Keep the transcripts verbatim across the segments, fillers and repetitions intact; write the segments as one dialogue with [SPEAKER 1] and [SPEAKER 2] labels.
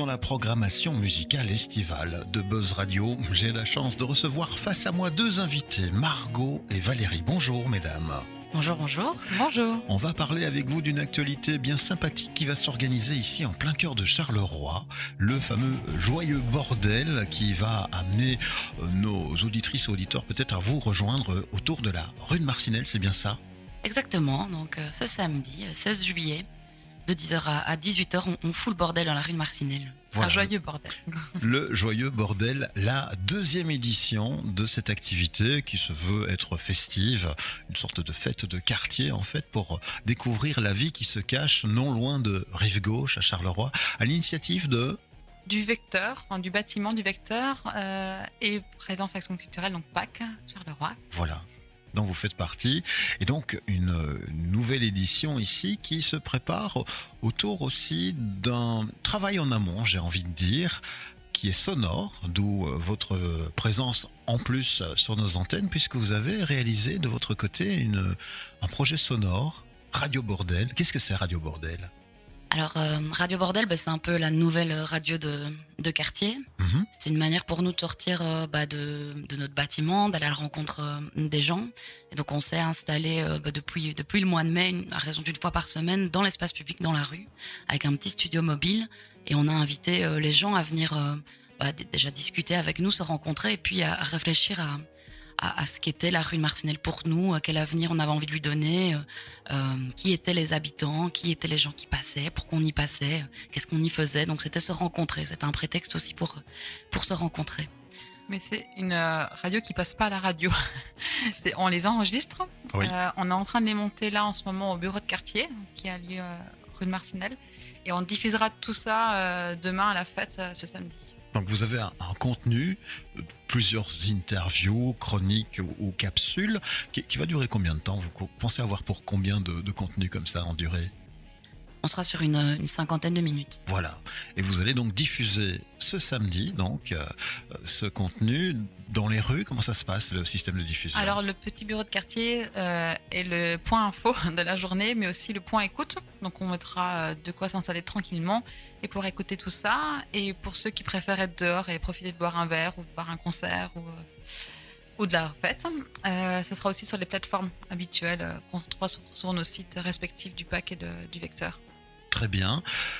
[SPEAKER 1] dans la programmation musicale estivale de Buzz Radio. J'ai la chance de recevoir face à moi deux invités, Margot et Valérie. Bonjour mesdames.
[SPEAKER 2] Bonjour, bonjour.
[SPEAKER 3] Bonjour.
[SPEAKER 1] On va parler avec vous d'une actualité bien sympathique qui va s'organiser ici en plein cœur de Charleroi. Le fameux Joyeux Bordel qui va amener nos auditrices et auditeurs peut-être à vous rejoindre autour de la rue de Marcinelle, c'est bien ça ?
[SPEAKER 2] Exactement, donc euh, ce samedi seize juillet, de dix heures à dix-huit heures, on, on fout le bordel dans la rue de Marcinelle.
[SPEAKER 1] Voilà.
[SPEAKER 3] Un joyeux bordel.
[SPEAKER 1] Le Joyeux Bordel, la deuxième édition de cette activité qui se veut être festive, une sorte de fête de quartier en fait pour découvrir la vie qui se cache non loin de Rive-Gauche à Charleroi, à l'initiative de...
[SPEAKER 3] Du Vecteur, enfin, du bâtiment du Vecteur euh, et Présence Action Culturelle, donc P A C, Charleroi.
[SPEAKER 1] Voilà. dont vous faites partie, et donc une, une nouvelle édition ici qui se prépare autour aussi d'un travail en amont, j'ai envie de dire, qui est sonore, d'où votre présence en plus sur nos antennes, puisque vous avez réalisé de votre côté une, un projet sonore, Radio Bordel. Qu'est-ce que c'est Radio Bordel ?
[SPEAKER 2] Alors, euh, Radio Bordel, bah, c'est un peu la nouvelle radio de, de quartier. Mmh. C'est une manière pour nous de sortir euh, bah, de, de notre bâtiment, d'aller à la rencontre euh, des gens. Et donc, on s'est installé euh, bah, depuis, depuis le mois de mai, une, à raison d'une fois par semaine, dans l'espace public, dans la rue, avec un petit studio mobile. Et on a invité euh, les gens à venir euh, bah, d- déjà discuter avec nous, se rencontrer, et puis à, à réfléchir à... À, à ce qu'était la rue de Marcinelle pour nous, à quel avenir on avait envie de lui donner, euh, euh, qui étaient les habitants, qui étaient les gens qui passaient, pourquoi on y passait, euh, qu'est-ce qu'on y faisait. Donc c'était se rencontrer, c'était un prétexte aussi pour, pour se rencontrer.
[SPEAKER 3] Mais c'est une euh, radio qui passe pas à la radio. c'est, on les enregistre.
[SPEAKER 1] Oui.
[SPEAKER 3] Euh, on est en train de les monter là en ce moment au bureau de quartier qui a lieu euh, rue de Marcinelle. Et on diffusera tout ça euh, demain à la fête euh, ce samedi.
[SPEAKER 1] Donc vous avez un, un contenu, plusieurs interviews, chroniques ou, ou capsules, qui, qui va durer combien de temps ? Vous pensez avoir pour combien de, de contenus comme ça en durée ?
[SPEAKER 2] On sera sur une, une cinquantaine de minutes.
[SPEAKER 1] Voilà. Et vous allez donc diffuser ce samedi, donc, euh, ce contenu dans les rues. Comment ça se passe, le système de diffusion ?
[SPEAKER 3] Alors, le petit bureau de quartier euh, est le point info de la journée, mais aussi le point écoute. Donc, on mettra de quoi s'installer tranquillement et pour écouter tout ça. Et pour ceux qui préfèrent être dehors et profiter de boire un verre ou de boire un concert ou, euh, ou de la fête, euh, ce sera aussi sur les plateformes habituelles euh, qu'on retrouve sur, sur nos sites respectifs du P A C et de, du Vecteur.
[SPEAKER 1] Très bien.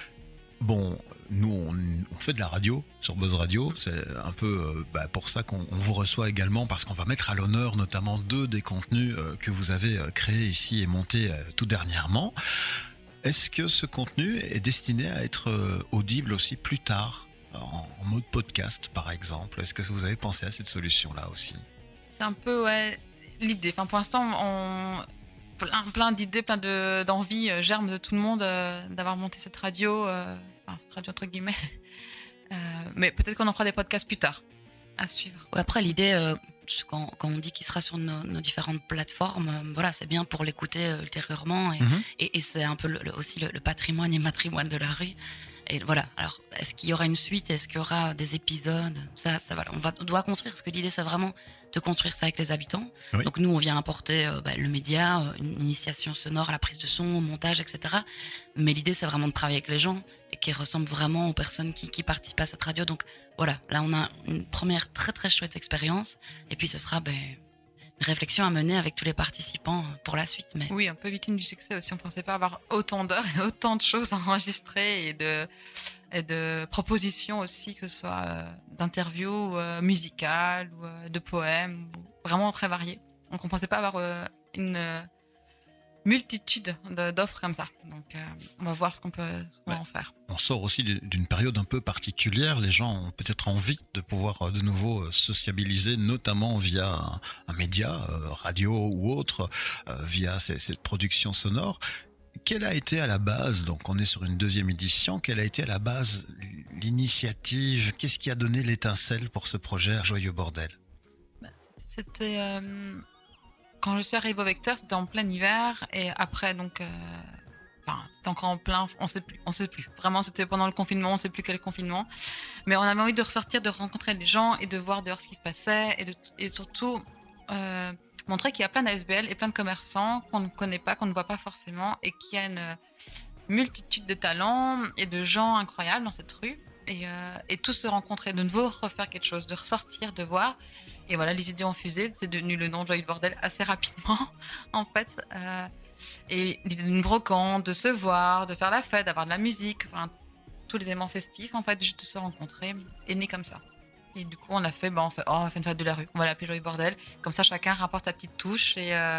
[SPEAKER 1] Bon, nous, on, on fait de la radio sur Buzz Radio. C'est un peu euh, bah, pour ça qu'on on vous reçoit également, parce qu'on va mettre à l'honneur notamment deux des contenus euh, que vous avez euh, créés ici et montés euh, tout dernièrement. Est-ce que ce contenu est destiné à être euh, audible aussi plus tard, en, en mode podcast par exemple ? Est-ce que vous avez pensé à cette solution-là aussi ?
[SPEAKER 3] C'est un peu ouais, l'idée. Enfin, pour l'instant, on... plein, plein d'idées, plein de, d'envies euh, germent de tout le monde euh, d'avoir monté cette radio, euh, enfin cette radio entre guillemets. Euh, mais peut-être qu'on en fera des podcasts plus tard à suivre.
[SPEAKER 2] Ouais, après, l'idée, euh, quand, quand on dit qu'il sera sur nos, nos différentes plateformes, euh, voilà, c'est bien pour l'écouter euh, ultérieurement. Et, mmh. et, et c'est un peu le, le, aussi le, le patrimoine et matrimoine de la rue. Et voilà. Alors, est-ce qu'il y aura une suite ? Est-ce qu'il y aura des épisodes ? Ça, ça voilà. On, va, on doit construire, parce que l'idée, c'est vraiment de construire ça avec les habitants. Oui. Donc, nous, on vient apporter euh, bah, le média, euh, une initiation sonore à la prise de son, au montage, et cetera. Mais l'idée, c'est vraiment de travailler avec les gens et qui ressemblent vraiment aux personnes qui, qui participent à cette radio. Donc, voilà. Là, on a une première très, très chouette expérience. Et puis, ce sera, ben, une réflexion à mener avec tous les participants pour la suite. Mais...
[SPEAKER 3] Oui, un peu victime du succès aussi. On ne pensait pas avoir autant d'heures et autant de choses enregistrées et de, et de propositions aussi, que ce soit euh, d'interviews euh, musicales ou euh, de poèmes, vraiment très variées. Donc on ne pensait pas avoir euh, une euh, multitude de, d'offres comme ça. Donc euh, on va voir ce qu'on peut, ce qu'on ouais. va en faire.
[SPEAKER 1] On sort aussi d'une période un peu particulière. Les gens ont peut-être envie de pouvoir de nouveau sociabiliser, notamment via un, un média, euh, radio ou autre, euh, via ces, cette production sonore. Quelle a été à la base, donc on est sur une deuxième édition, quelle a été à la base l'initiative ? Qu'est-ce qui a donné l'étincelle pour ce projet Joyeux Bordel ?
[SPEAKER 3] C'était... Euh... Quand je suis arrivée au Vecteur, c'était en plein hiver, et après, donc, euh, enfin, c'était encore en plein, on sait plus, on sait plus. Vraiment, c'était pendant le confinement, on sait plus quel confinement. Mais on avait envie de ressortir, de rencontrer les gens et de voir dehors ce qui se passait, et, de, et surtout euh, montrer qu'il y a plein d'A S B L et plein de commerçants qu'on ne connaît pas, qu'on ne voit pas forcément, et qu'il y a une multitude de talents et de gens incroyables dans cette rue. et, euh, et tous se rencontrer de nouveau, refaire quelque chose, de ressortir, de voir. Et voilà, les idées ont fusé, c'est devenu le nom de Joyeux Bordel assez rapidement, en fait. Euh, et l'idée d'une brocante, de se voir, de faire la fête, d'avoir de la musique, enfin, tous les éléments festifs, en fait, juste de se rencontrer, est né comme ça. Et du coup, on a fait, bah, on fait, oh, on fait une fête de la rue, on va l'appeler Joyeux Bordel. Comme ça, chacun rapporte sa petite touche et, euh,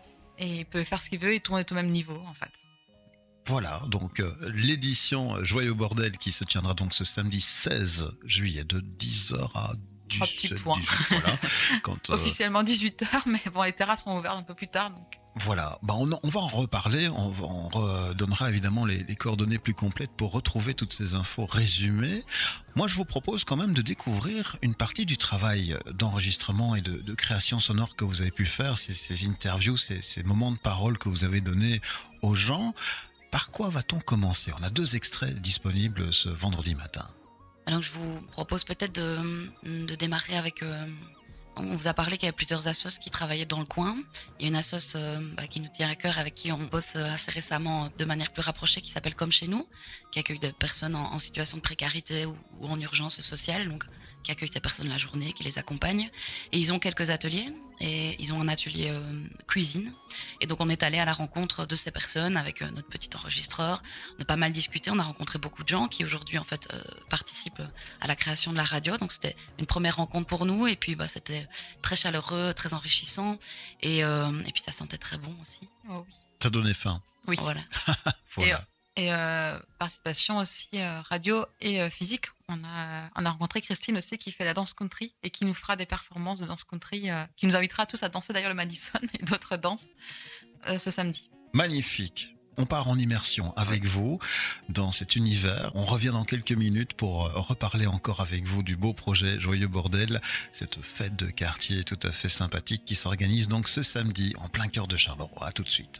[SPEAKER 3] et peut faire ce qu'il veut et tout le monde est au même niveau, en fait.
[SPEAKER 1] Voilà, donc euh, l'édition Joyeux Bordel qui se tiendra donc ce samedi seize juillet de dix heures à dix-huit heures.
[SPEAKER 3] Petit point.
[SPEAKER 1] Voilà, quand, euh,
[SPEAKER 3] officiellement dix-huit heures, mais bon, les terrasses sont ouvertes un peu plus tard, donc...
[SPEAKER 1] Voilà, bah on, on va en reparler, on, on redonnera évidemment les, les coordonnées plus complètes pour retrouver toutes ces infos résumées. Moi je vous propose quand même de découvrir une partie du travail d'enregistrement et de, de création sonore que vous avez pu faire, ces, ces interviews, ces, ces moments de parole que vous avez donnés aux gens. Par quoi va-t-on commencer ? On a deux extraits disponibles ce vendredi matin.
[SPEAKER 2] Alors je vous propose peut-être de, de démarrer avec... Euh On vous a parlé qu'il y avait plusieurs assos qui travaillaient dans le coin. Il y a une assos euh, bah, qui nous tient à cœur, avec qui on bosse assez récemment de manière plus rapprochée, qui s'appelle Comme Chez Nous, qui accueille des personnes en, en situation de précarité ou, ou en urgence sociale, donc qui accueille ces personnes la journée, qui les accompagne. Et ils ont quelques ateliers, et ils ont un atelier euh, cuisine. Et donc on est allé à la rencontre de ces personnes avec euh, notre petit enregistreur. On a pas mal discuté, on a rencontré beaucoup de gens qui aujourd'hui en fait euh, participent à la création de la radio. Donc c'était une première rencontre pour nous, et puis bah, c'était très chaleureux, très enrichissant, et, euh, et puis ça sentait très bon aussi.
[SPEAKER 3] Oh, oui.
[SPEAKER 1] Ça donnait faim.
[SPEAKER 3] Oui.
[SPEAKER 2] Voilà.
[SPEAKER 1] Voilà.
[SPEAKER 3] Et, et euh, participation aussi euh, radio et euh, physique. On a, on a rencontré Christine aussi qui fait la danse country et qui nous fera des performances de danse country, euh, qui nous invitera tous à danser d'ailleurs le Madison et d'autres danses euh, ce samedi.
[SPEAKER 1] Magnifique. On part en immersion avec vous dans cet univers. On revient dans quelques minutes pour reparler encore avec vous du beau projet Joyeux Bordel, cette fête de quartier tout à fait sympathique qui s'organise donc ce samedi en plein cœur de Charleroi. À tout de suite.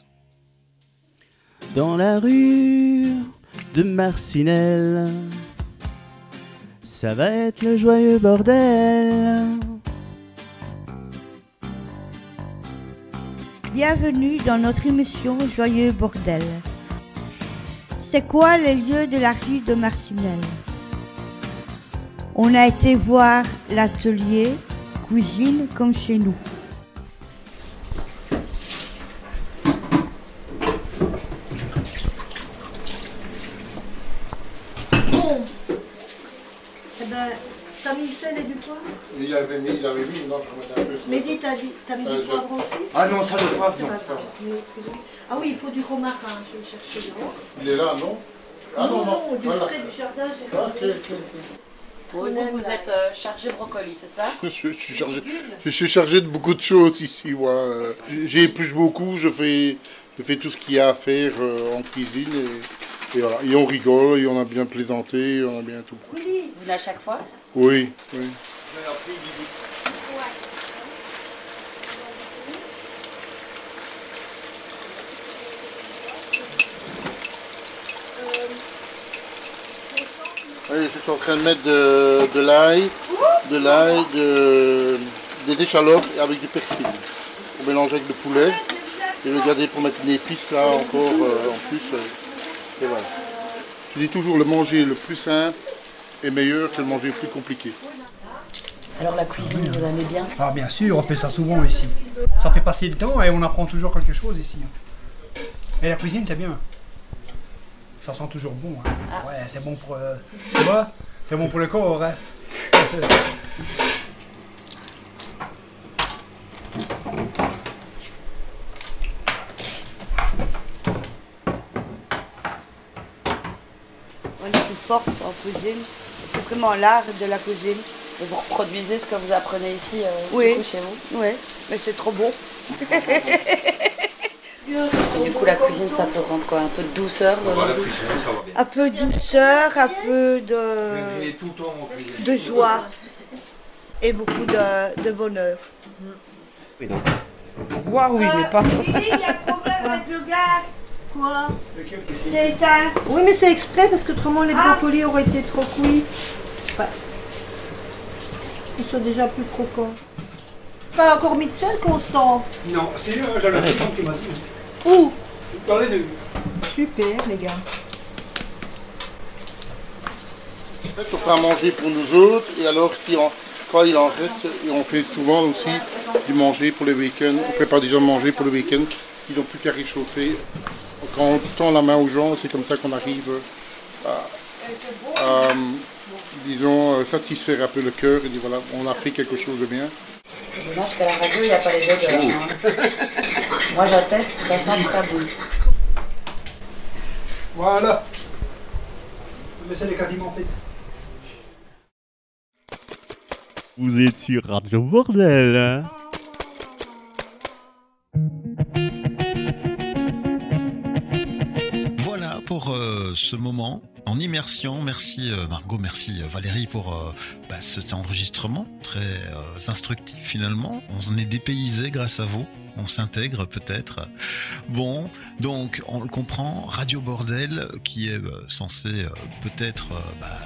[SPEAKER 4] Dans la rue de Marcinelle, ça va être le joyeux bordel.
[SPEAKER 5] Bienvenue dans notre émission Joyeux Bordel. C'est quoi les lieux de la rue de Marcinelle ? On a été voir l'atelier cuisine Comme Chez Nous.
[SPEAKER 6] Bon, eh ben, t'as mis le sel et du poivre ?
[SPEAKER 7] Il avait mis, il avait mis, non, je remettais un peu.
[SPEAKER 6] Mehdi, t'as dit- t'as mis
[SPEAKER 7] Euh,
[SPEAKER 6] du
[SPEAKER 7] je-
[SPEAKER 6] poivre aussi ?
[SPEAKER 7] Ah non, ça ne passe,
[SPEAKER 6] C'est
[SPEAKER 7] non.
[SPEAKER 6] pas grave. Ah oui, il faut du romarin, je vais le chercher là.
[SPEAKER 7] Il est là, non? Ah non, non,
[SPEAKER 6] du
[SPEAKER 7] voilà.
[SPEAKER 6] frais du jardin, j'ai
[SPEAKER 7] Ok,
[SPEAKER 6] ramené.
[SPEAKER 7] ok, ok.
[SPEAKER 2] Vous, vous êtes euh, chargé brocoli, c'est ça ?
[SPEAKER 7] Je, je suis chargé, je suis chargé de beaucoup de choses ici, moi. Euh, J'épluche beaucoup, je fais, je fais tout ce qu'il y a à faire euh, en cuisine et, et voilà. Et on rigole, et on a bien plaisanté, on a bien tout.
[SPEAKER 6] Oui,
[SPEAKER 2] Vous venez à chaque fois ?
[SPEAKER 7] Oui, oui. Oui, je suis en train de mettre de, de l'ail, de l'ail, de, des échalotes avec du persil. On mélange avec le poulet. Et je vais garder pour mettre une épice là encore euh, en plus. euh, et voilà. Je dis toujours le manger le plus simple est meilleur que le manger le plus compliqué.
[SPEAKER 2] Alors la cuisine, vous aimez bien ?
[SPEAKER 8] Ah bien sûr, on fait ça souvent ici. Ça fait passer le temps et on apprend toujours quelque chose ici. Et la cuisine, c'est bien. Ça sent toujours bon. Hein. Ouais, c'est bon pour... Euh, tu vois, c'est bon pour le corps. Hein.
[SPEAKER 5] On est plus forte en cuisine. C'est vraiment l'art de la cuisine.
[SPEAKER 2] Et vous reproduisez ce que vous apprenez ici euh,
[SPEAKER 5] Oui.
[SPEAKER 2] du coup, chez vous ?
[SPEAKER 5] Oui, mais c'est trop bon.
[SPEAKER 2] Du coup, la cuisine, ça peut rendre quoi ? Un peu de douceur dans la vie ?
[SPEAKER 5] Un peu de douceur, un peu de, de joie et beaucoup de, de bonheur.
[SPEAKER 9] Voir, oui, mais pas.
[SPEAKER 5] Lily, il y a un problème avec le gaz. Quoi ? C'est éteint.
[SPEAKER 6] Oui, mais c'est exprès parce qu'autrement les brocolis auraient été trop cuits. Enfin, ils sont déjà plus croquants. Pas encore mis de sel, Constant?
[SPEAKER 8] Non, c'est euh, j'avais un qui m'a dit.
[SPEAKER 6] Où?
[SPEAKER 8] Dans les deux.
[SPEAKER 6] Super, les gars.
[SPEAKER 7] fait, on fait à manger pour nous autres, et alors si on, quand il en reste, et on fait souvent aussi du manger pour le week-end. On prépare déjà manger pour le week-end. Ils n'ont plus qu'à réchauffer. Quand on tend la main aux gens, c'est comme ça qu'on arrive à, à disons, satisfaire un peu le cœur et dire voilà, on a fait quelque chose de bien.
[SPEAKER 9] C'est dommage qu'à la radio, il n'y a pas les odeurs. Hein. Moi, j'atteste, ça sent très bon.
[SPEAKER 8] Voilà. Le vaisselle est quasiment faite.
[SPEAKER 4] Vous êtes sur Radio Bordel.
[SPEAKER 1] Voilà pour euh, ce moment en immersion. Merci euh, Margot, merci euh, Valérie pour euh, bah, cet enregistrement très euh, instructif finalement. On est dépaysé grâce à vous. On s'intègre peut-être. Bon, donc on le comprend, Radio Bordel qui est euh, censé euh, peut-être euh, bah,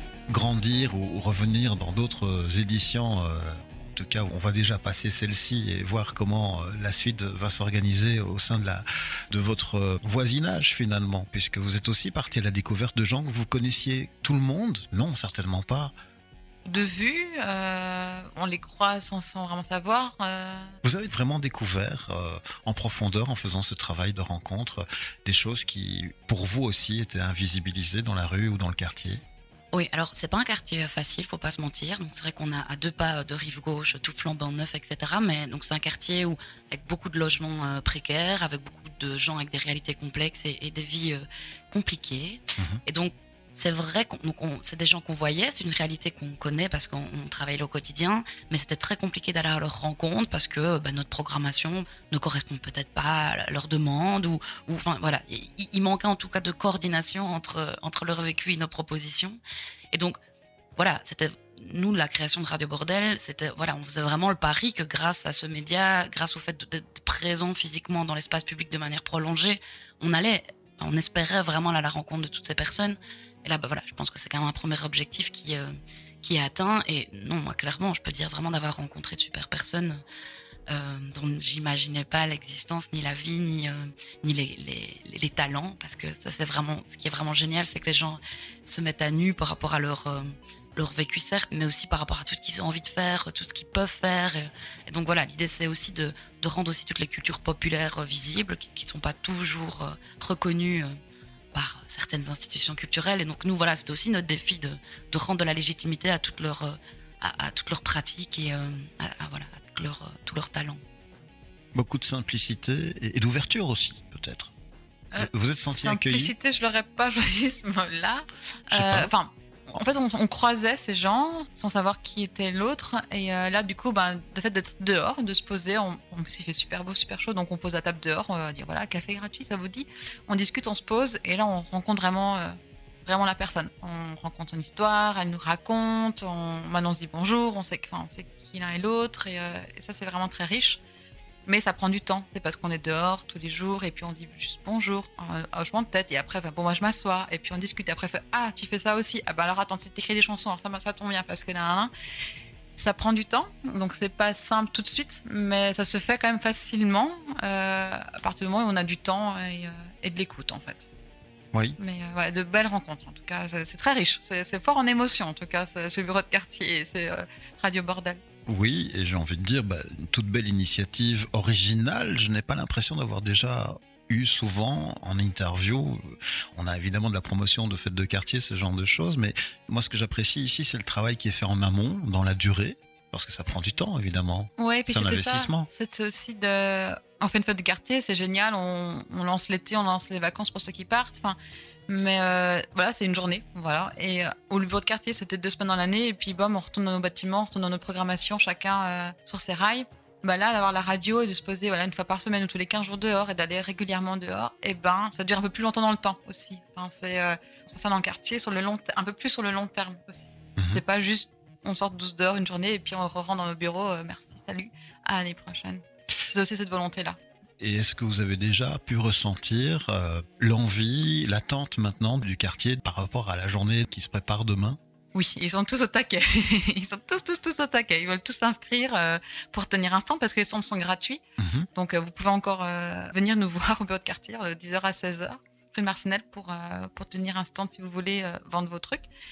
[SPEAKER 1] grandir ou, ou revenir dans d'autres éditions. Euh, en tout cas, on va déjà passer celle-ci et voir comment euh, la suite va s'organiser au sein de, la, de votre euh, voisinage finalement, puisque vous êtes aussi parti à la découverte de gens que vous connaissiez tout le monde. Non, certainement pas.
[SPEAKER 3] De vue, euh, on les croit sans, sans vraiment savoir. Euh...
[SPEAKER 1] Vous avez vraiment découvert euh, en profondeur, en faisant ce travail de rencontre, euh, des choses qui, pour vous aussi, étaient invisibilisées dans la rue ou dans le quartier?
[SPEAKER 2] Oui, alors c'est pas un quartier facile, faut pas se mentir. Donc c'est vrai qu'on a à deux pas de rive gauche, tout flambant neuf, et cetera. Mais donc c'est un quartier où avec beaucoup de logements euh, précaires, avec beaucoup de gens avec des réalités complexes et, et des vies euh, compliquées. Mmh. Et donc c'est vrai qu'on, donc on, c'est des gens qu'on voyait, c'est une réalité qu'on connaît parce qu'on on travaille là au quotidien, mais c'était très compliqué d'aller à leur rencontre parce que bah, notre programmation ne correspond peut-être pas à leurs demandes ou, ou enfin voilà, il, il manquait en tout cas de coordination entre entre leur vécu et nos propositions. Et donc voilà, c'était nous la création de Radio Bordel, c'était voilà, on faisait vraiment le pari que grâce à ce média, grâce au fait d'être présent physiquement dans l'espace public de manière prolongée, on allait, on espérait vraiment aller à la rencontre de toutes ces personnes. Et là, bah voilà, je pense que c'est quand même un premier objectif qui, euh, qui est atteint. Et non, moi, clairement, je peux dire vraiment d'avoir rencontré de super personnes euh, dont j'imaginais pas l'existence, ni la vie, ni, euh, ni les, les, les talents. Parce que ça, c'est vraiment, ce qui est vraiment génial, c'est que les gens se mettent à nu par rapport à leur, euh, leur vécu, certes, mais aussi par rapport à tout ce qu'ils ont envie de faire, tout ce qu'ils peuvent faire. Et, et donc voilà, l'idée, c'est aussi de, de rendre aussi toutes les cultures populaires euh, visibles, qui ne sont pas toujours euh, reconnues. Euh, par certaines institutions culturelles. Et donc nous, voilà, c'était aussi notre défi de, de rendre de la légitimité à toutes leurs, à, à toutes leurs pratiques et euh, à, à, voilà, à tout leur, tous leurs talents.
[SPEAKER 1] Beaucoup de simplicité et, et d'ouverture aussi, peut-être. Euh, Vous êtes senti accueilli?
[SPEAKER 3] Simplicité, je l'aurais pas choisi ce mot-là. Enfin, euh, en fait, on, on croisait ces gens sans savoir qui était l'autre. Et euh, là, du coup, ben, le fait d'être dehors, de se poser, on, on s'y fait super beau, super chaud, donc on pose la table dehors. On va dire voilà, café gratuit, ça vous dit? On discute, on se pose, et là, on rencontre vraiment, euh, vraiment la personne. On rencontre son histoire, elle nous raconte, on, maintenant on se dit bonjour, on sait, enfin, on sait qui l'un et l'autre, et, euh, et ça, c'est vraiment très riche. Mais ça prend du temps, c'est parce qu'on est dehors tous les jours et puis on dit juste bonjour, un hochement de tête et après, bon, moi je m'assois et puis on discute. Et après, fait, ah, tu fais ça aussi. Ah, bah alors attends, si t'écris des chansons, alors ça, ça tombe bien parce que là, là, là, ça prend du temps, donc c'est pas simple tout de suite, mais ça se fait quand même facilement euh, à partir du moment où on a du temps et, euh, et de l'écoute en fait.
[SPEAKER 1] Oui.
[SPEAKER 3] Mais euh, ouais, de belles rencontres en tout cas, c'est, c'est très riche, c'est, c'est fort en émotion en tout cas, c'est, ce bureau de quartier, c'est euh, Radio Bordel.
[SPEAKER 1] Oui, et j'ai envie de dire, bah, une toute belle initiative originale. Je n'ai pas l'impression d'avoir déjà eu souvent en interview. On a évidemment de la promotion de fêtes de quartier, ce genre de choses, mais moi ce que j'apprécie ici, c'est le travail qui est fait en amont, dans la durée, parce que ça prend du temps évidemment.
[SPEAKER 3] Ouais, puis
[SPEAKER 1] c'est un
[SPEAKER 3] c'était
[SPEAKER 1] investissement.
[SPEAKER 3] Ça. C'est aussi de... On fait une fête de quartier, c'est génial, on, on lance l'été, on lance les vacances pour ceux qui partent, enfin... Mais euh, voilà, c'est une journée, voilà. Et euh, au bureau de quartier, c'était deux semaines dans l'année, et puis bam, on retourne dans nos bâtiments, on retourne dans nos programmations, chacun euh, sur ses rails. Bah là, d'avoir la radio et de se poser voilà, une fois par semaine ou tous les quinze jours dehors et d'aller régulièrement dehors, et ben, ça dure un peu plus longtemps dans le temps aussi. Enfin, c'est, euh, c'est ça dans le quartier, sur le long te- un peu plus sur le long terme aussi. Mm-hmm. C'est pas juste on sort douze dehors une journée et puis on rentre dans nos bureaux, euh, merci, salut, à l'année prochaine. C'est aussi cette volonté-là.
[SPEAKER 1] Et est-ce que vous avez déjà pu ressentir euh, l'envie, l'attente maintenant du quartier par rapport à la journée qui se prépare demain ?
[SPEAKER 3] Oui, ils sont tous au taquet. Ils sont tous, tous, tous au taquet. Ils veulent tous s'inscrire euh, pour tenir un stand parce que les stands sont gratuits. Mmh. Donc, euh, vous pouvez encore euh, venir nous voir au bureau de quartier de dix heures à seize heures, rue Marcinelle, pour, euh, pour tenir un stand si vous voulez euh, vendre vos trucs.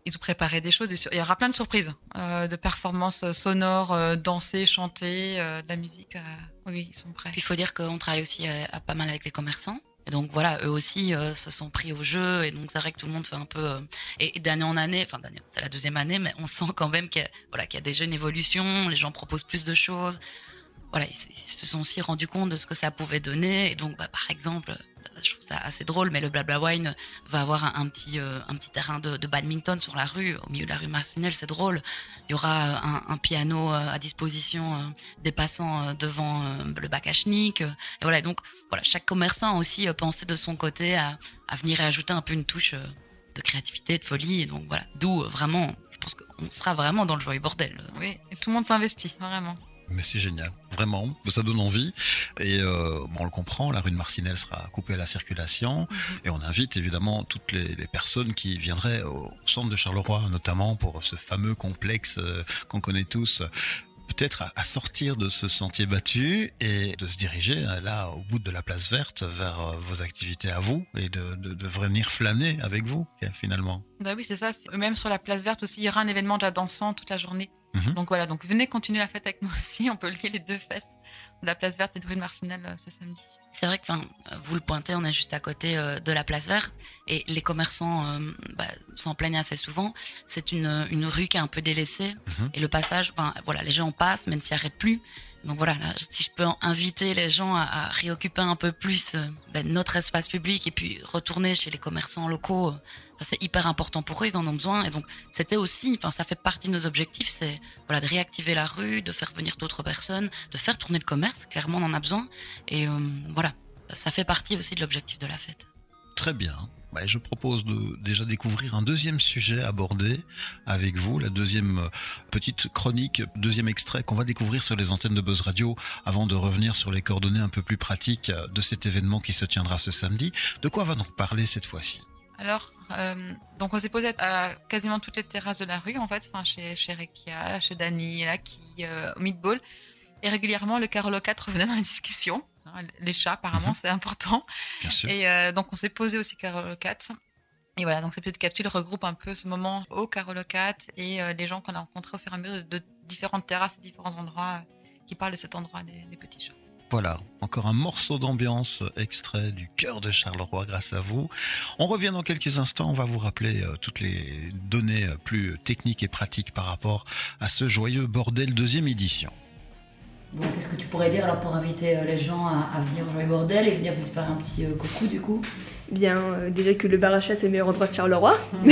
[SPEAKER 3] ils ont préparé des choses. Il y aura plein de surprises, euh, de performances sonores, euh, danser, chanter, euh, de la musique. Euh, oui, ils sont prêts.
[SPEAKER 2] Puis il faut dire qu'on travaille aussi à, à pas mal avec les commerçants. Et donc voilà, eux aussi euh, se sont pris au jeu. Et donc c'est vrai que tout le monde fait un peu... Euh, et, et d'année en année, enfin d'année, c'est la deuxième année, mais on sent quand même qu'il y a, voilà, qu'il y a déjà une évolution. Les gens proposent plus de choses. Voilà, ils, ils se sont aussi rendus compte de ce que ça pouvait donner. Et donc, bah, par exemple... je trouve ça assez drôle, mais le Blabla Wine va avoir un, un, petit, euh, un petit terrain de, de badminton sur la rue, au milieu de la rue Marcinelle, c'est drôle. Il y aura un, un piano euh, à disposition euh, des passants euh, devant euh, le bac à schnick. Euh, et voilà, donc voilà, chaque commerçant a aussi euh, pensé de son côté à, à venir ajouter un peu une touche euh, de créativité, de folie. Et donc voilà, d'où euh, vraiment, je pense qu'on sera vraiment dans le joyeux bordel.
[SPEAKER 3] Oui, et tout le monde s'investit, vraiment.
[SPEAKER 1] Mais c'est génial, vraiment, ça donne envie. Et euh, bon, on le comprend, la rue de Marcinelle sera coupée à la circulation. Mmh. Et on invite évidemment toutes les, les personnes qui viendraient au centre de Charleroi, notamment pour ce fameux complexe euh, qu'on connaît tous, peut-être à, à sortir de ce sentier battu et de se diriger là, au bout de la place verte, vers euh, vos activités à vous et de, de, de venir flâner avec vous, finalement.
[SPEAKER 3] Bah oui, c'est ça. C'est... Même sur la place verte aussi, il y aura un événement déjà dansant toute la journée. Mmh. Donc voilà, donc venez continuer la fête avec nous aussi. On peut lier les deux fêtes de la place verte et de rue de Marcinelle euh, ce samedi.
[SPEAKER 2] C'est vrai que vous le pointez, on est juste à côté euh, de la place verte et les commerçants euh, bah, s'en plaignent assez souvent. C'est une, une rue qui est un peu délaissée mmh. et le passage, ben, voilà, les gens passent même s'ils n'arrêtent plus. Donc voilà, là, si je peux inviter les gens à, à réoccuper un peu plus euh, ben, notre espace public et puis retourner chez les commerçants locaux, euh, c'est hyper important pour eux, ils en ont besoin. Et donc c'était aussi, enfin ça fait partie de nos objectifs, c'est voilà, de réactiver la rue, de faire venir d'autres personnes, de faire tourner le commerce, clairement on en a besoin. Et euh, voilà, ça fait partie aussi de l'objectif de la fête.
[SPEAKER 1] Très bien. Bah, je propose de déjà découvrir un deuxième sujet abordé avec vous, la deuxième petite chronique, deuxième extrait qu'on va découvrir sur les antennes de Buzz Radio avant de revenir sur les coordonnées un peu plus pratiques de cet événement qui se tiendra ce samedi. De quoi va-t-on parler cette fois-ci ?
[SPEAKER 3] Alors, euh, donc on s'est posé à quasiment toutes les terrasses de la rue, en fait, enfin chez, chez Rekia, chez Dany, Laki, euh, au Meatball. Et régulièrement, le Carolo quatre revenait dans les discussions. Les chats, apparemment, mmh. c'est important.
[SPEAKER 1] Bien sûr.
[SPEAKER 3] Et euh, donc, on s'est posé aussi Carolo quatre. Et voilà, donc cette petite capsule regroupe un peu ce moment au Carolo quatre et euh, les gens qu'on a rencontrés au fur et à mesure de, de différentes terrasses et différents endroits euh, qui parlent de cet endroit des, des petits chats.
[SPEAKER 1] Voilà, encore un morceau d'ambiance extrait du cœur de Charleroi grâce à vous. On revient dans quelques instants, on va vous rappeler euh, toutes les données euh, plus techniques et pratiques par rapport à ce joyeux bordel deuxième édition.
[SPEAKER 10] Bon, qu'est-ce que tu pourrais dire alors pour inviter euh, les gens à, à venir au Joyeux Bordel et venir vous faire un petit euh, coucou du coup ?
[SPEAKER 11] Bien, euh, déjà que le bar à chat c'est le meilleur endroit de Charleroi mmh.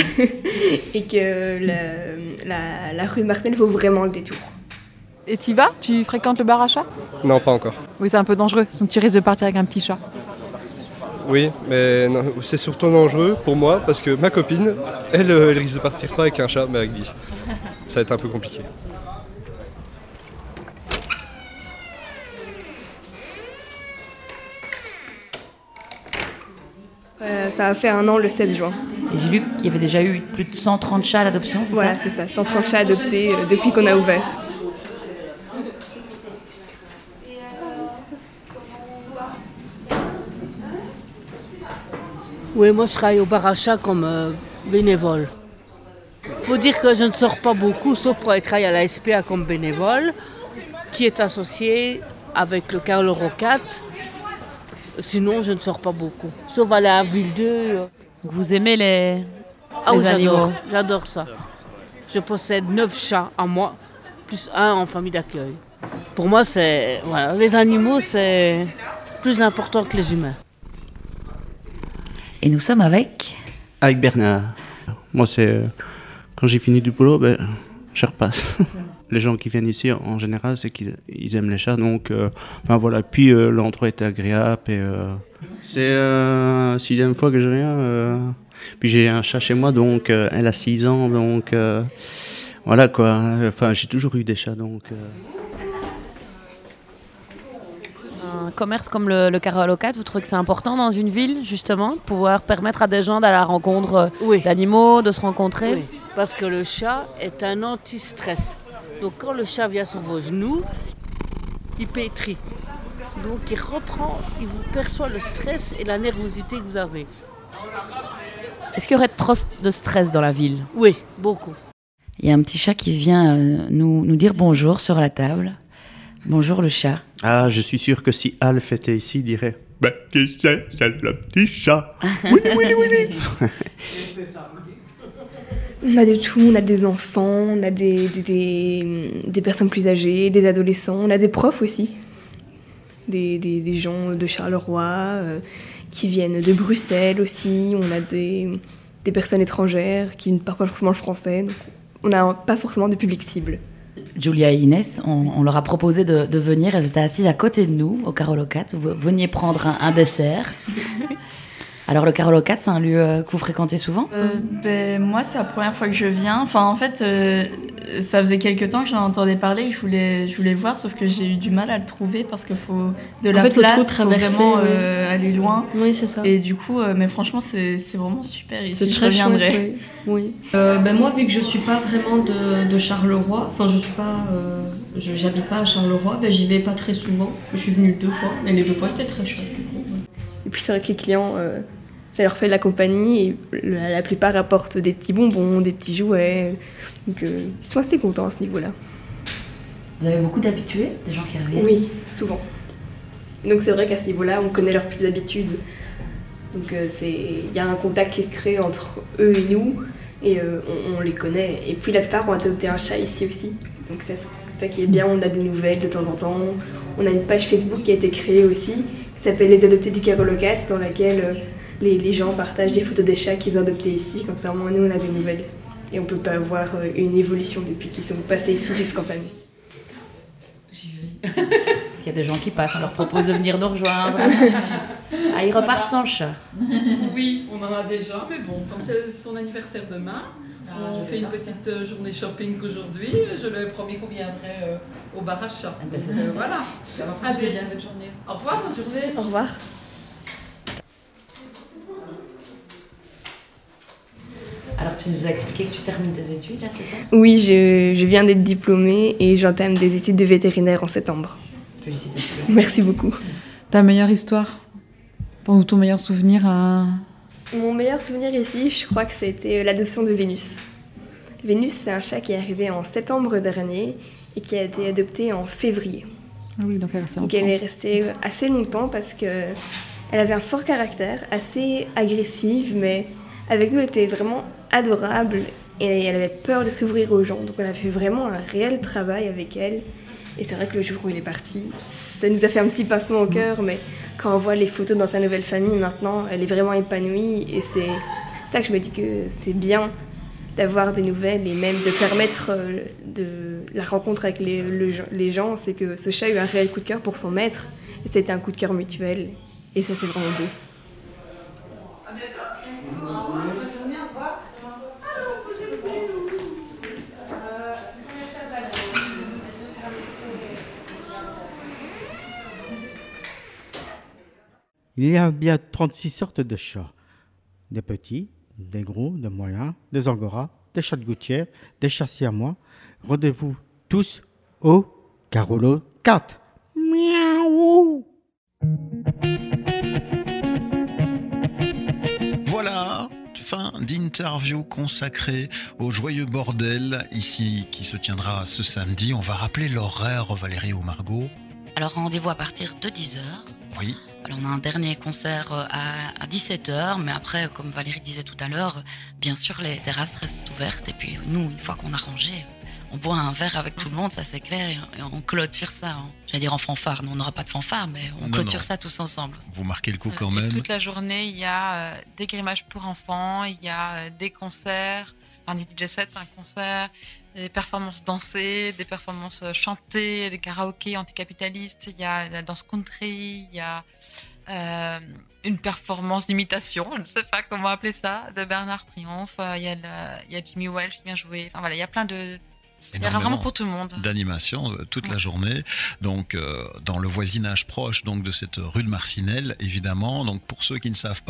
[SPEAKER 11] et que le, la, la rue Marcinelle vaut vraiment le détour.
[SPEAKER 3] Et t'y vas ? Tu fréquentes le bar à chat ?
[SPEAKER 12] Non, pas encore.
[SPEAKER 3] Oui, c'est un peu dangereux, donc tu risques de partir avec un petit chat.
[SPEAKER 12] Oui, mais non, c'est surtout dangereux pour moi parce que ma copine, elle, elle risque de partir pas avec un chat mais avec dix. Ça va être un peu compliqué.
[SPEAKER 11] Euh, ça va faire un an le sept juin.
[SPEAKER 10] Et j'ai lu qu'il y avait déjà eu plus de cent trente chats à l'adoption, c'est
[SPEAKER 11] voilà,
[SPEAKER 10] ça ?
[SPEAKER 11] Voilà, c'est ça, cent trente chats adoptés euh, depuis qu'on a ouvert.
[SPEAKER 13] Oui, moi je travaille au bar à chat comme euh, bénévole. Il faut dire que je ne sors pas beaucoup, sauf pour aller travailler à la S P A comme bénévole, qui est associé avec le Carolo quatre. Sinon, je ne sors pas beaucoup, sauf aller à Ville deux.
[SPEAKER 10] Vous aimez les,
[SPEAKER 13] ah
[SPEAKER 10] les
[SPEAKER 13] oui,
[SPEAKER 10] animaux ?
[SPEAKER 13] J'adore, j'adore ça. Je possède neuf chats à moi, plus un en famille d'accueil. Pour moi, c'est voilà, les animaux, c'est plus important que les humains.
[SPEAKER 10] Et nous sommes avec
[SPEAKER 14] Avec Bernard. Moi, c'est euh, quand j'ai fini du boulot, ben, je repasse. Les gens qui viennent ici, en général, c'est qu'ils ils aiment les chats. Donc, euh, enfin voilà. Puis euh, l'endroit est agréable. Et, euh, c'est euh, la sixième fois que je viens. Euh, puis j'ai un chat chez moi, donc euh, elle a six ans. Donc euh, voilà quoi. Enfin, j'ai toujours eu des chats. Donc, euh...
[SPEAKER 10] Un commerce comme le, le Carolo quatre, vous trouvez que c'est important dans une ville, justement, de pouvoir permettre à des gens d'aller à la rencontre
[SPEAKER 13] oui.
[SPEAKER 10] d'animaux, de se rencontrer ?
[SPEAKER 13] Oui, parce que le chat est un anti-stress. Donc quand le chat vient sur vos genoux, il pétrit. Donc il reprend, il vous perçoit le stress et la nervosité que vous avez.
[SPEAKER 10] Est-ce qu'il y aurait trop de stress dans la ville?
[SPEAKER 13] Oui, beaucoup.
[SPEAKER 2] Il y a un petit chat qui vient euh, nous, nous dire bonjour sur la table. Bonjour le chat.
[SPEAKER 14] Ah, je suis sûr que si Alf était ici, il dirait
[SPEAKER 4] Ben, qui c'est? C'est le petit chat. Oui, oui, oui, oui.
[SPEAKER 11] On a de tout, on a des enfants, on a des, des, des, des personnes plus âgées, des adolescents, on a des profs aussi. Des, des, des gens de Charleroi, euh, qui viennent de Bruxelles aussi, on a des, des personnes étrangères qui ne parlent pas forcément le français, donc on n'a pas forcément de public cible.
[SPEAKER 2] Julia et Inès, on, on leur a proposé de, de venir, elles étaient assises à côté de nous, au Carole au quatre, vous veniez prendre un, un dessert. Alors le Carole au quatre, c'est un lieu euh, que vous fréquentez souvent?
[SPEAKER 15] euh, ben, Moi, c'est la première fois que je viens. Enfin, en fait, euh, ça faisait quelques temps que j'en entendais parler, que je voulais, je voulais voir, sauf que j'ai eu du mal à le trouver parce qu'il faut de la
[SPEAKER 11] en fait,
[SPEAKER 15] place,
[SPEAKER 11] faut
[SPEAKER 15] il
[SPEAKER 11] trop
[SPEAKER 15] faut vraiment
[SPEAKER 11] traverser,
[SPEAKER 15] euh, aller loin.
[SPEAKER 11] Oui, c'est ça.
[SPEAKER 15] Et du coup, euh, mais franchement, c'est, c'est vraiment super ici,
[SPEAKER 11] C'est
[SPEAKER 15] je
[SPEAKER 11] très
[SPEAKER 15] reviendrai.
[SPEAKER 11] chouette, oui. oui.
[SPEAKER 16] Euh, ben moi, vu que je suis pas vraiment de, de Charleroi, enfin je suis pas, euh, je, j'habite pas à Charleroi, ben j'y vais pas très souvent. Je suis venue deux fois, mais les deux fois c'était très chouette.
[SPEAKER 11] Et puis c'est vrai que les clients, euh, ça leur fait de la compagnie et la, la plupart apportent des petits bonbons, des petits jouets. Donc euh, ils sont assez contents à ce niveau-là.
[SPEAKER 2] Vous avez beaucoup d'habitués, des gens qui reviennent?
[SPEAKER 11] Oui, souvent. Donc c'est vrai qu'à ce niveau-là, on connaît leurs petites habitudes. Donc euh, c'est, il y a un contact qui se crée entre eux et nous, et euh, on, on les connaît. Et puis la plupart ont adopté un chat ici aussi. Donc c'est ça qui est bien, on a des nouvelles de temps en temps. On a une page Facebook qui a été créée aussi, qui s'appelle Les Adoptés du Carole au quatre, dans laquelle euh, les, les gens partagent des photos des chats qu'ils ont adoptés ici. Comme ça, au moins, nous, on a des nouvelles. Et on peut pas voir euh, une évolution depuis qu'ils sont passés ici jusqu'en famille.
[SPEAKER 2] Il y a des gens qui passent, on leur propose de venir nous rejoindre. Ah, ils repartent sans chat.
[SPEAKER 17] Oui, on en a déjà, mais bon, comme c'est son anniversaire demain, on fait une petite euh, journée shopping aujourd'hui. Je lui ai promis qu'on viendrait euh, au bar à chat.
[SPEAKER 2] Ben,
[SPEAKER 17] Donc, euh, voilà. Allez, bien votre journée. Au revoir, bonne journée.
[SPEAKER 11] Au revoir.
[SPEAKER 2] Alors tu nous as expliqué que tu termines tes études, là, c'est ça?
[SPEAKER 11] Oui, je, je viens d'être diplômée et j'entame des études de vétérinaire en septembre.
[SPEAKER 2] Félicitations.
[SPEAKER 11] Merci beaucoup.
[SPEAKER 3] Ta meilleure histoire? Ou ton meilleur souvenir à...
[SPEAKER 11] Mon meilleur souvenir ici, je crois que c'était l'adoption de Vénus. Vénus, c'est un chat qui est arrivé en septembre dernier et qui a été adopté en février.
[SPEAKER 3] Ah oui, donc elle est restée
[SPEAKER 11] Donc elle est restée assez longtemps parce qu'elle avait un fort caractère, assez agressive, mais avec nous elle était vraiment adorable et elle avait peur de s'ouvrir aux gens. Donc on a fait vraiment un réel travail avec elle. Et c'est vrai que le jour où il est parti, ça nous a fait un petit pincement au cœur, mais quand on voit les photos dans sa nouvelle famille maintenant, elle est vraiment épanouie et c'est ça que je me dis que c'est bien d'avoir des nouvelles et même de permettre de la rencontre avec les, le, les gens. C'est que ce chat a eu un réel coup de cœur pour son maître et c'était un coup de cœur mutuel et ça c'est vraiment beau.
[SPEAKER 18] Il y a bien trente-six sortes de chats. Des petits, des gros, des moyens, des angoras, des chats de gouttière, des chats siamois. Rendez-vous tous au Carole au quatre. Miaou.
[SPEAKER 1] Voilà, fin d'interview consacrée au joyeux bordel ici qui se tiendra ce samedi. On va rappeler l'horaire, Valérie ou Margot.
[SPEAKER 2] Alors rendez-vous à partir de dix heures.
[SPEAKER 1] Oui.
[SPEAKER 2] Alors, on a un dernier concert à, à dix-sept heures, mais après, comme Valérie disait tout à l'heure, bien sûr, les terrasses restent ouvertes. Et puis, nous, une fois qu'on a rangé, on boit un verre avec tout le monde, ça c'est clair, et on clôture ça. Hein. J'allais dire en fanfare, non, on n'aura pas de fanfare, mais on non, clôture non. ça tous ensemble.
[SPEAKER 1] Vous marquez le coup quand même.
[SPEAKER 3] Et toute la journée, il y a euh, des grimages pour enfants, il y a euh, des concerts, un D J set, un concert, des performances dansées, des performances chantées, des karaokés anticapitalistes, il y a la danse country, il y a euh, une performance d'imitation, je ne sais pas comment appeler ça, de Bernard Triomphe, il y a, le, il y a Jimmy Welch qui vient jouer, enfin voilà, il y a plein de... Il y a vraiment pour tout le monde.
[SPEAKER 1] D'animation euh, toute ouais. la journée, donc euh, dans le voisinage proche donc de cette rue de Marcinelle, évidemment. Donc pour ceux qui ne savent pas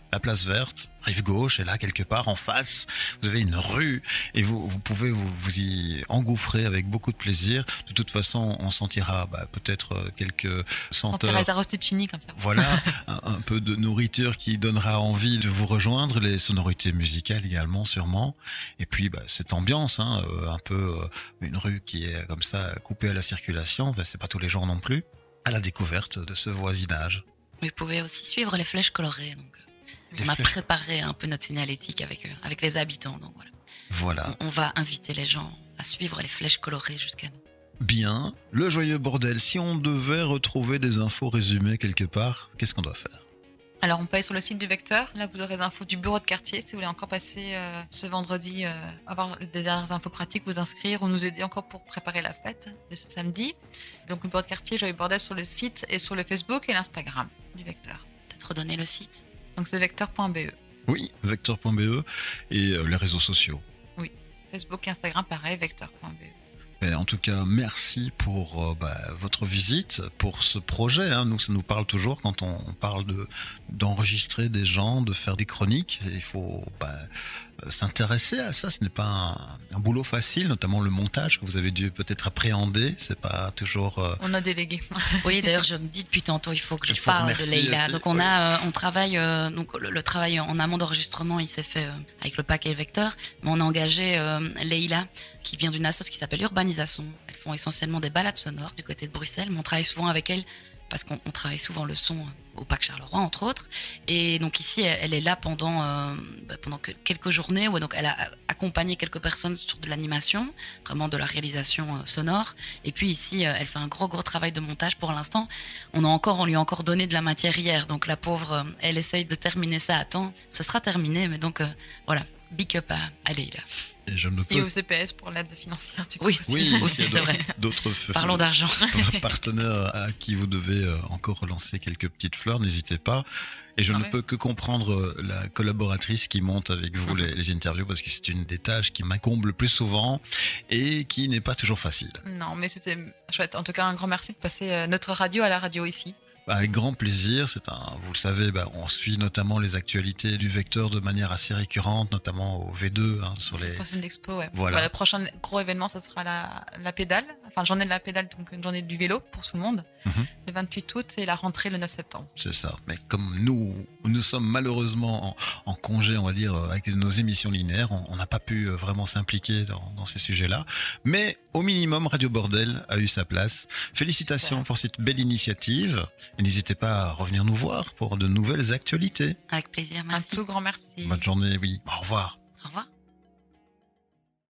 [SPEAKER 1] la place verte, rive gauche, et là, quelque part, en face, vous avez une rue, et vous, vous pouvez vous, vous y engouffrer avec beaucoup de plaisir. De toute façon, on sentira bah, peut-être quelques senteurs.
[SPEAKER 3] Sentira les arrosticini comme ça.
[SPEAKER 1] Voilà, un, un peu de nourriture qui donnera envie de vous rejoindre, les sonorités musicales également, sûrement. Et puis, bah, cette ambiance, hein, euh, un peu euh, une rue qui est comme ça, coupée à la circulation, bah, c'est pas tous les jours non plus, à la découverte de ce voisinage.
[SPEAKER 2] Vous pouvez aussi suivre les flèches colorées, donc.
[SPEAKER 1] Les
[SPEAKER 2] on a
[SPEAKER 1] flèches.
[SPEAKER 2] préparé un peu notre signalétique avec, euh, avec les habitants. Donc voilà.
[SPEAKER 1] Voilà.
[SPEAKER 2] On, on va inviter les gens à suivre les flèches colorées jusqu'à nous.
[SPEAKER 1] Bien, le joyeux bordel. Si on devait retrouver des infos résumées quelque part, qu'est-ce qu'on doit faire?
[SPEAKER 3] Alors, on peut aller sur le site du Vecteur. Là, vous aurez des infos du bureau de quartier. Si vous voulez encore passer euh, ce vendredi, euh, avoir des dernières infos pratiques, vous inscrire ou nous aider encore pour préparer la fête de ce samedi. Donc, le bureau de quartier, Joyeux Bordel sur le site et sur le Facebook et l'Instagram du Vecteur.
[SPEAKER 2] Peut-être redonner le site.
[SPEAKER 3] Donc, c'est vecteur point b e.
[SPEAKER 1] Oui, vecteur point b e et euh, les réseaux sociaux.
[SPEAKER 3] Oui, Facebook et Instagram, pareil, vecteur point b e.
[SPEAKER 1] Et en tout cas, merci pour euh, bah, votre visite, pour ce projet. Hein. Nous, ça nous parle toujours quand on, on parle de d'enregistrer des gens, de faire des chroniques. Il faut bah, s'intéresser à ça. Ce n'est pas un, un boulot facile, notamment le montage que vous avez dû peut-être appréhender. C'est pas toujours. Euh...
[SPEAKER 3] On a délégué.
[SPEAKER 2] Oui, d'ailleurs, je me dis depuis tantôt, il faut que je
[SPEAKER 1] Il faut
[SPEAKER 2] parle de
[SPEAKER 1] remercier
[SPEAKER 2] Leïla.
[SPEAKER 1] aussi,
[SPEAKER 2] Donc on
[SPEAKER 1] oui.
[SPEAKER 2] a, euh, on travaille, euh, donc le, le travail en amont d'enregistrement, il s'est fait euh, avec le paquet Vecteur, mais on a engagé euh, Leïla, qui vient d'une association qui s'appelle Urbanisation. Elles font essentiellement des balades sonores du côté de Bruxelles, mais on travaille souvent avec elles parce qu'on on travaille souvent le son au Parc Charleroi, entre autres. Et donc ici, elle, elle est là pendant euh, bah, pendant que, quelques journées, où donc elle a accompagné quelques personnes sur de l'animation, vraiment de la réalisation euh, sonore. Et puis ici, euh, elle fait un gros gros travail de montage pour l'instant. On a encore, on lui a encore donné de la matière hier, donc la pauvre, euh, elle essaye de terminer ça à temps. Ce sera terminé, mais donc euh, voilà, big up à, à Leïla.
[SPEAKER 1] Et je ne peux.
[SPEAKER 3] Et au C P S pour l'aide financière, du coup.
[SPEAKER 2] Oui,
[SPEAKER 1] Oui,
[SPEAKER 2] aussi,
[SPEAKER 1] il y a
[SPEAKER 2] c'est vrai.
[SPEAKER 1] D'autres f-
[SPEAKER 2] Parlons d'argent.
[SPEAKER 1] partenaires à qui vous devez euh, encore relancer quelques petites fleurs, n'hésitez pas. Et je
[SPEAKER 3] Ah
[SPEAKER 1] ne
[SPEAKER 3] ouais.
[SPEAKER 1] peux que comprendre euh, la collaboratrice qui monte avec vous les, les interviews, parce que c'est une des tâches qui m'incombe le plus souvent et qui n'est pas toujours facile.
[SPEAKER 3] Non, mais c'était chouette. En tout cas, un grand merci de passer euh, notre radio à la radio ici.
[SPEAKER 1] Avec grand plaisir, c'est un, vous le savez, bah, on suit notamment les actualités du Vecteur de manière assez récurrente, notamment au V deux, hein, sur les.
[SPEAKER 3] Prochaine expo, ouais.
[SPEAKER 1] Voilà.
[SPEAKER 3] Bah, le prochain gros événement, ça sera la, la pédale, enfin journée de la pédale, donc une journée du vélo pour tout le monde.
[SPEAKER 1] Mhm.
[SPEAKER 3] Le vingt-huit août et la rentrée le neuf septembre.
[SPEAKER 1] C'est ça. Mais comme nous, nous sommes malheureusement en, en congé, on va dire, avec nos émissions linéaires, on n'a pas pu vraiment s'impliquer dans, dans ces sujets-là. Mais au minimum, Radio Bordel a eu sa place. Félicitations pour cette belle initiative. Et n'hésitez pas à revenir nous voir pour de nouvelles actualités.
[SPEAKER 2] Avec plaisir, merci.
[SPEAKER 3] Un tout grand merci.
[SPEAKER 1] Bonne journée, oui. Au revoir.
[SPEAKER 2] Au revoir.